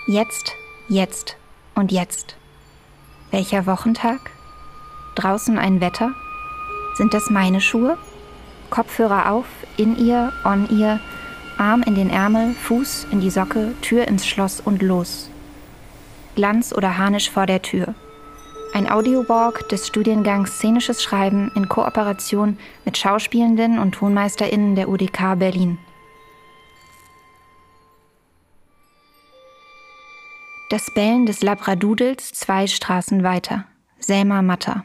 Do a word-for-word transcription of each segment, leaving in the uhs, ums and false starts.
Jetzt, jetzt und jetzt. Welcher Wochentag? Draußen ein Wetter? Sind das meine Schuhe? Kopfhörer auf, in ihr, on ihr, Arm in den Ärmel, Fuß in die Socke, Tür ins Schloss und los. Glanz oder Harnisch vor der Tür. Ein Audiowalk des Studiengangs Szenisches Schreiben in Kooperation mit Schauspielenden und TonmeisterInnen der U D K Berlin. Das Bellen des Labradudels zwei Straßen weiter. Selma Matter.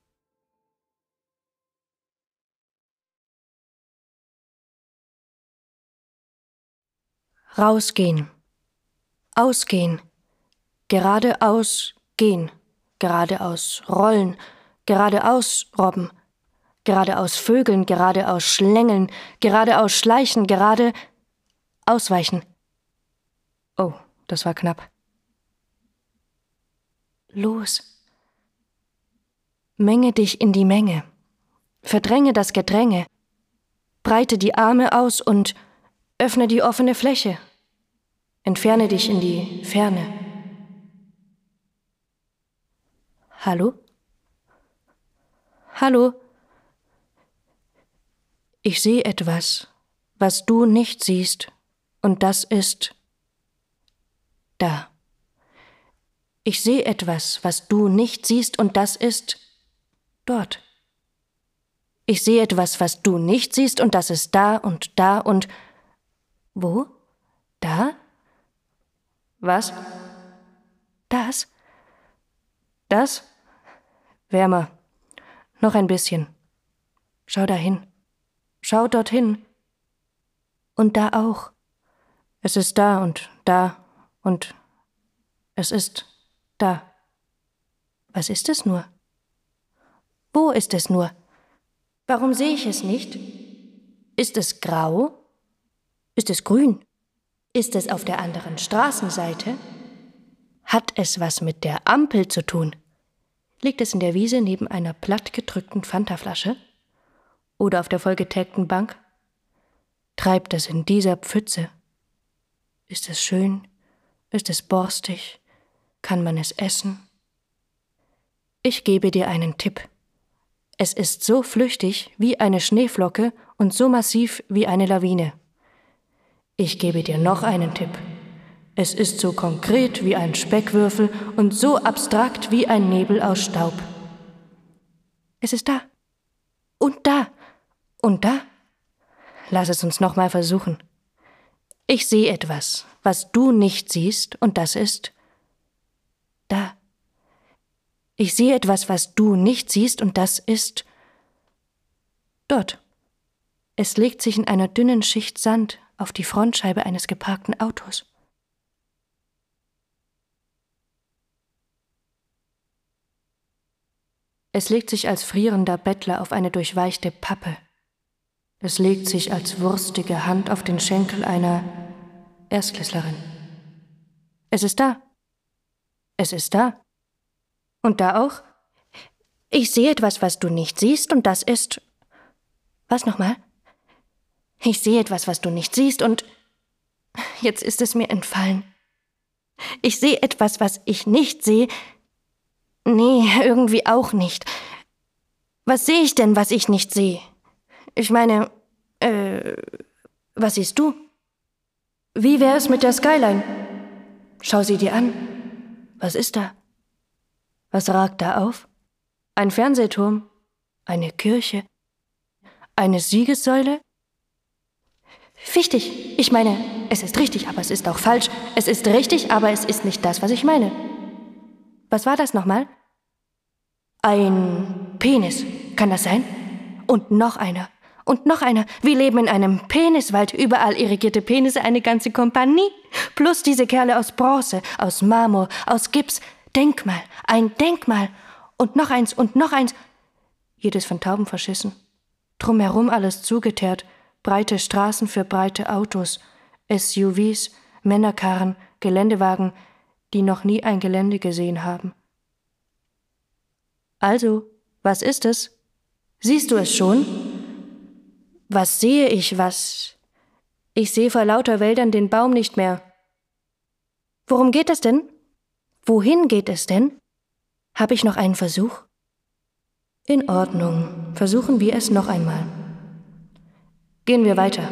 Rausgehen. Ausgehen. Geradeaus gehen. Geradeaus rollen. Geradeaus robben. Geradeaus vögeln. Geradeaus schlängeln. Geradeaus schleichen. Gerade ausweichen. Oh, das war knapp. Los. Menge dich in die Menge. Verdränge das Gedränge. Breite die Arme aus und öffne die offene Fläche. Entferne dich in die Ferne. Hallo? Hallo? Ich sehe etwas, was du nicht siehst, und das ist da. Ich sehe etwas, was du nicht siehst, und das ist dort. Ich sehe etwas, was du nicht siehst, und das ist da und da und wo? Da? Was? Das? Das? Wärmer. Noch ein bisschen. Schau dahin. Schau dorthin. Und da auch. Es ist da und da und es ist da. Was ist es nur? Wo ist es nur? Warum sehe ich es nicht? Ist es grau? Ist es grün? Ist es auf der anderen Straßenseite? Hat es was mit der Ampel zu tun? Liegt es in der Wiese neben einer plattgedrückten Fantaflasche? Oder auf der vollgetägten Bank? Treibt es in dieser Pfütze? Ist es schön? Ist es borstig? Kann man es essen? Ich gebe dir einen Tipp. Es ist so flüchtig wie eine Schneeflocke und so massiv wie eine Lawine. Ich gebe dir noch einen Tipp. Es ist so konkret wie ein Speckwürfel und so abstrakt wie ein Nebel aus Staub. Es ist da. Und da. Und da. Lass es uns noch mal versuchen. Ich sehe etwas, was du nicht siehst, und das ist da. Ich sehe etwas, was du nicht siehst, und das ist dort. Es legt sich in einer dünnen Schicht Sand auf die Frontscheibe eines geparkten Autos. Es legt sich als frierender Bettler auf eine durchweichte Pappe. Es legt sich als wurstige Hand auf den Schenkel einer Erstklässlerin. Es ist da. Es ist da. Und da auch? Ich sehe etwas, was du nicht siehst, und das ist... Was nochmal? Ich sehe etwas, was du nicht siehst, und... Jetzt ist es mir entfallen. Ich sehe etwas, was ich nicht sehe. Nee, irgendwie auch nicht. Was sehe ich denn, was ich nicht sehe? Ich meine, äh, was siehst du? Wie wäre es mit der Skyline? Schau sie dir an. Was ist da? Was ragt da auf? Ein Fernsehturm? Eine Kirche? Eine Siegessäule? Wichtig. Ich meine, es ist richtig, aber es ist auch falsch. Es ist richtig, aber es ist nicht das, was ich meine. Was war das nochmal? Ein Penis. Kann das sein? Und noch einer. Und noch einer. Wir leben in einem Peniswald. Überall irrigierte Penisse, eine ganze Kompanie. Plus diese Kerle aus Bronze, aus Marmor, aus Gips. Denkmal. Ein Denkmal. Und noch eins und noch eins. Jedes von Tauben verschissen. Drumherum alles zugeteert. Breite Straßen für breite Autos. S U Vs, Männerkarren, Geländewagen, die noch nie ein Gelände gesehen haben. Also, was ist es? Siehst du es schon? Was sehe ich, was... Ich sehe vor lauter Wäldern den Baum nicht mehr. Worum geht es denn? Wohin geht es denn? Habe ich noch einen Versuch? In Ordnung, versuchen wir es noch einmal. Gehen wir weiter.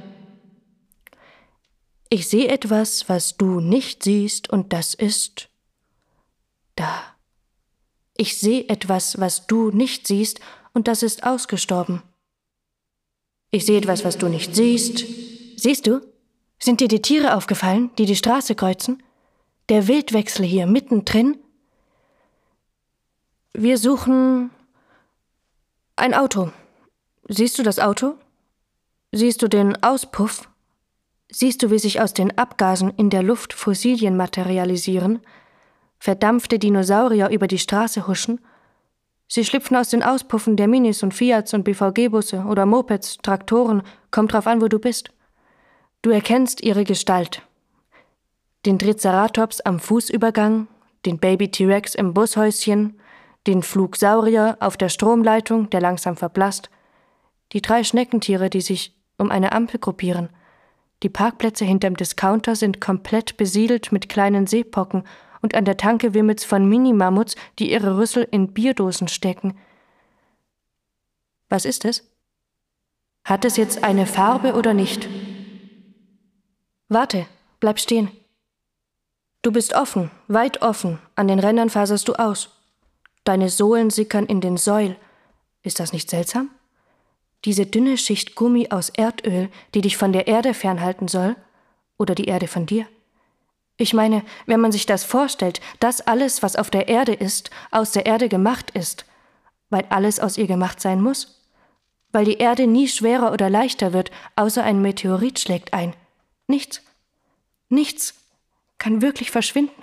Ich sehe etwas, was du nicht siehst, und das ist da. Ich sehe etwas, was du nicht siehst, und das ist ausgestorben. Ich sehe etwas, was du nicht siehst. Siehst du? Sind dir die Tiere aufgefallen, die die Straße kreuzen? Der Wildwechsel hier mittendrin? Wir suchen ein Auto. Siehst du das Auto? Siehst du den Auspuff? Siehst du, wie sich aus den Abgasen in der Luft Fossilien materialisieren? Verdampfte Dinosaurier über die Straße huschen? Sie schlüpfen aus den Auspuffen der Minis und Fiats und B V G-Busse oder Mopeds, Traktoren, kommt drauf an, wo du bist. Du erkennst ihre Gestalt. Den Triceratops am Fußübergang, den Baby-T-Rex im Bushäuschen, den Flugsaurier auf der Stromleitung, der langsam verblasst, die drei Schneckentiere, die sich um eine Ampel gruppieren. Die Parkplätze hinterm Discounter sind komplett besiedelt mit kleinen Seepocken und an der Tanke wimmelt's von Mini-Mammuts, die ihre Rüssel in Bierdosen stecken. Was ist es? Hat es jetzt eine Farbe oder nicht? Warte, bleib stehen. Du bist offen, weit offen, an den Rändern faserst du aus. Deine Sohlen sickern in den Säul. Ist das nicht seltsam? Diese dünne Schicht Gummi aus Erdöl, die dich von der Erde fernhalten soll? Oder die Erde von dir? Ich meine, wenn man sich das vorstellt, dass alles, was auf der Erde ist, aus der Erde gemacht ist, weil alles aus ihr gemacht sein muss, weil die Erde nie schwerer oder leichter wird, außer ein Meteorit schlägt ein. Nichts, nichts kann wirklich verschwinden.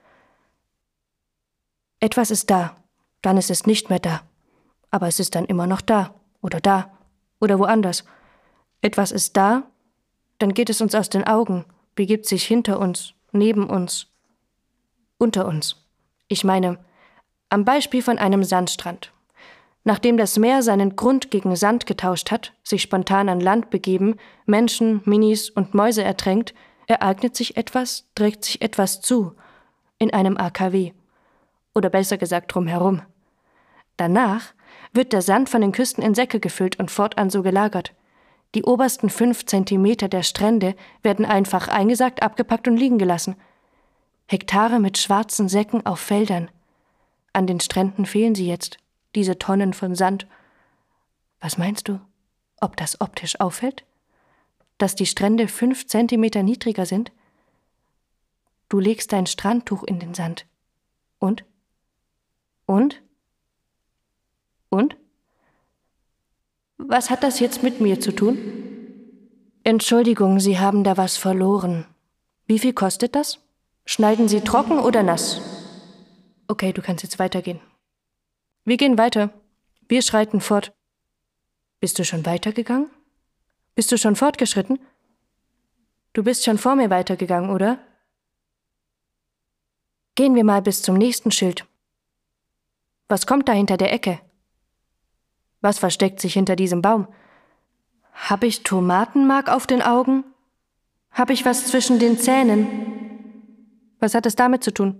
Etwas ist da, dann ist es nicht mehr da, aber es ist dann immer noch da oder da oder woanders. Etwas ist da, dann geht es uns aus den Augen, begibt sich hinter uns, neben uns, unter uns. Ich meine, am Beispiel von einem Sandstrand. Nachdem das Meer seinen Grund gegen Sand getauscht hat, sich spontan an Land begeben, Menschen, Minis und Mäuse ertränkt, ereignet sich etwas, trägt sich etwas zu, in einem A K W. Oder besser gesagt drumherum. Danach wird der Sand von den Küsten in Säcke gefüllt und fortan so gelagert. Die obersten fünf Zentimeter der Strände werden einfach eingesackt, abgepackt und liegen gelassen. Hektare mit schwarzen Säcken auf Feldern. An den Stränden fehlen sie jetzt, diese Tonnen von Sand. Was meinst du, ob das optisch auffällt? Dass die Strände fünf Zentimeter niedriger sind? Du legst dein Strandtuch in den Sand. Und? Und? Und? Was hat das jetzt mit mir zu tun? Entschuldigung, Sie haben da was verloren. Wie viel kostet das? Schneiden Sie trocken oder nass? Okay, du kannst jetzt weitergehen. Wir gehen weiter. Wir schreiten fort. Bist du schon weitergegangen? Bist du schon fortgeschritten? Du bist schon vor mir weitergegangen, oder? Gehen wir mal bis zum nächsten Schild. Was kommt da hinter der Ecke? Was versteckt sich hinter diesem Baum? Hab ich Tomatenmark auf den Augen? Hab ich was zwischen den Zähnen? Was hat es damit zu tun?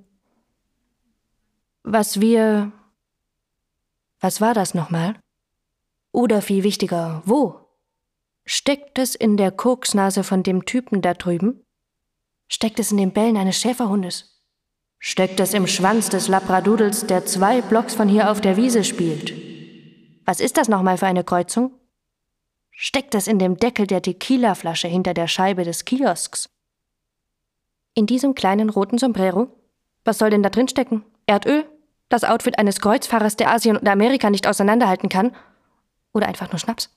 Was wir... Was war das nochmal? Oder viel wichtiger, wo? Steckt es in der Koksnase von dem Typen da drüben? Steckt es in den Bällen eines Schäferhundes? Steckt es im Schwanz des Labradudels, der zwei Blocks von hier auf der Wiese spielt? Was ist das nochmal für eine Kreuzung? Steckt es in dem Deckel der Tequila-Flasche hinter der Scheibe des Kiosks? In diesem kleinen roten Sombrero? Was soll denn da drin stecken? Erdöl? Das Outfit eines Kreuzfahrers, der Asien und Amerika nicht auseinanderhalten kann? Oder einfach nur Schnaps?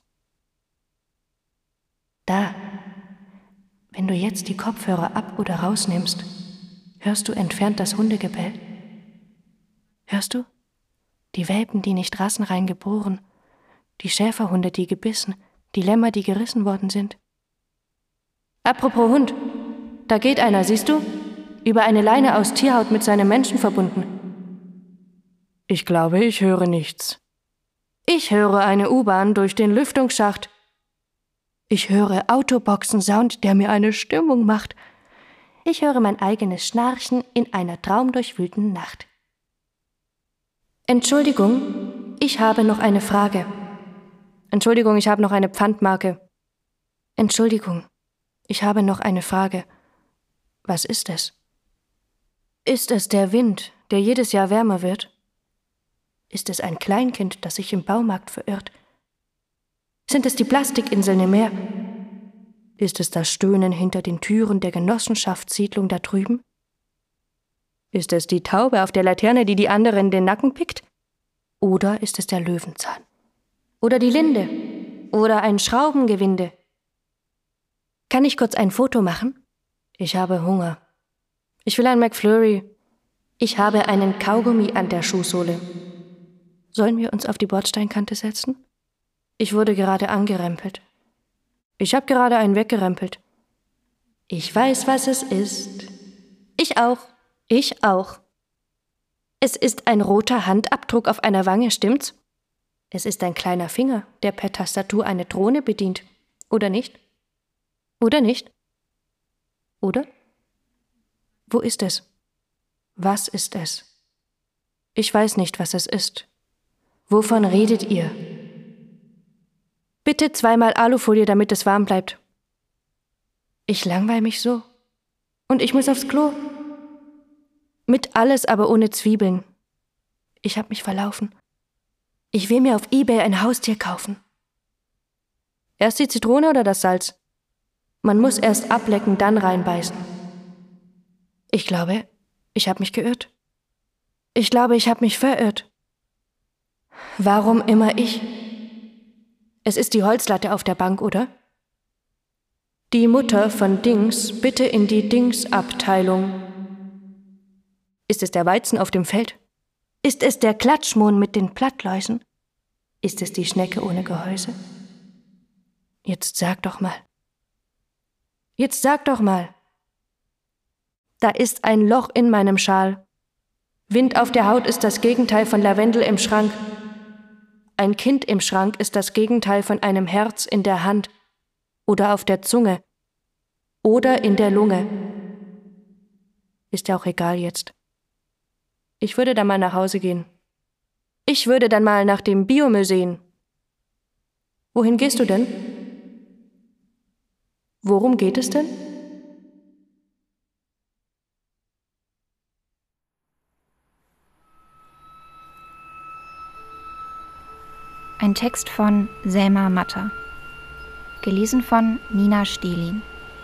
Da, wenn du jetzt die Kopfhörer ab oder rausnimmst, hörst du entfernt das Hundegebell? Hörst du? Die Welpen, die nicht rassenrein geboren, die Schäferhunde, die gebissen, die Lämmer, die gerissen worden sind. Apropos Hund, da geht einer, siehst du? Über eine Leine aus Tierhaut mit seinem Menschen verbunden. Ich glaube, ich höre nichts. Ich höre eine U-Bahn durch den Lüftungsschacht. Ich höre Autoboxen-Sound, der mir eine Stimmung macht. Ich höre mein eigenes Schnarchen in einer traumdurchwühlten Nacht. Entschuldigung, ich habe noch eine Frage. Entschuldigung, ich habe noch eine Pfandmarke. Entschuldigung, ich habe noch eine Frage. Was ist es? Ist es der Wind, der jedes Jahr wärmer wird? Ist es ein Kleinkind, das sich im Baumarkt verirrt? Sind es die Plastikinseln im Meer? Ist es das Stöhnen hinter den Türen der Genossenschaftssiedlung da drüben? Ist es die Taube auf der Laterne, die die anderen den Nacken pickt? Oder ist es der Löwenzahn? Oder die Linde? Oder ein Schraubengewinde? Kann ich kurz ein Foto machen? Ich habe Hunger. Ich will ein McFlurry. Ich habe einen Kaugummi an der Schuhsohle. Sollen wir uns auf die Bordsteinkante setzen? Ich wurde gerade angerempelt. Ich habe gerade einen weggerempelt. Ich weiß, was es ist. Ich auch. Ich auch. Es ist ein roter Handabdruck auf einer Wange, stimmt's? Es ist ein kleiner Finger, der per Tastatur eine Drohne bedient. Oder nicht? Oder nicht? Oder? Wo ist es? Was ist es? Ich weiß nicht, was es ist. Wovon redet ihr? Bitte zweimal Alufolie, damit es warm bleibt. Ich langweile mich so. Und ich muss aufs Klo. Mit alles, aber ohne Zwiebeln. Ich habe mich verlaufen. Ich will mir auf eBay ein Haustier kaufen. Erst die Zitrone oder das Salz? Man muss erst ablecken, dann reinbeißen. Ich glaube, ich habe mich geirrt. Ich glaube, ich habe mich verirrt. Warum immer ich? Es ist die Holzlatte auf der Bank, oder? Die Mutter von Dings, bitte in die Dings-Abteilung. Ist es der Weizen auf dem Feld? Ist es der Klatschmohn mit den Plattläusen? Ist es die Schnecke ohne Gehäuse? Jetzt sag doch mal. Jetzt sag doch mal. Da ist ein Loch in meinem Schal. Wind auf der Haut ist das Gegenteil von Lavendel im Schrank. Ein Kind im Schrank ist das Gegenteil von einem Herz in der Hand oder auf der Zunge oder in der Lunge. Ist ja auch egal jetzt. Ich würde dann mal nach Hause gehen. Ich würde dann mal nach dem Biomüll sehen. Wohin gehst du denn? Worum geht es denn? Ein Text von Selma Matter. Gelesen von Nina Stehlin.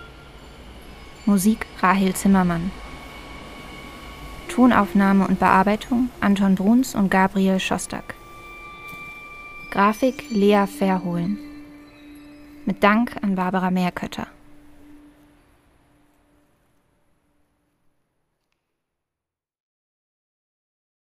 Musik Rahel Zimmermann. Tonaufnahme und Bearbeitung Anton Bruns und Gabriel Schostak. Grafik Lea Verhohlen. Mit Dank an Barbara Meerkötter.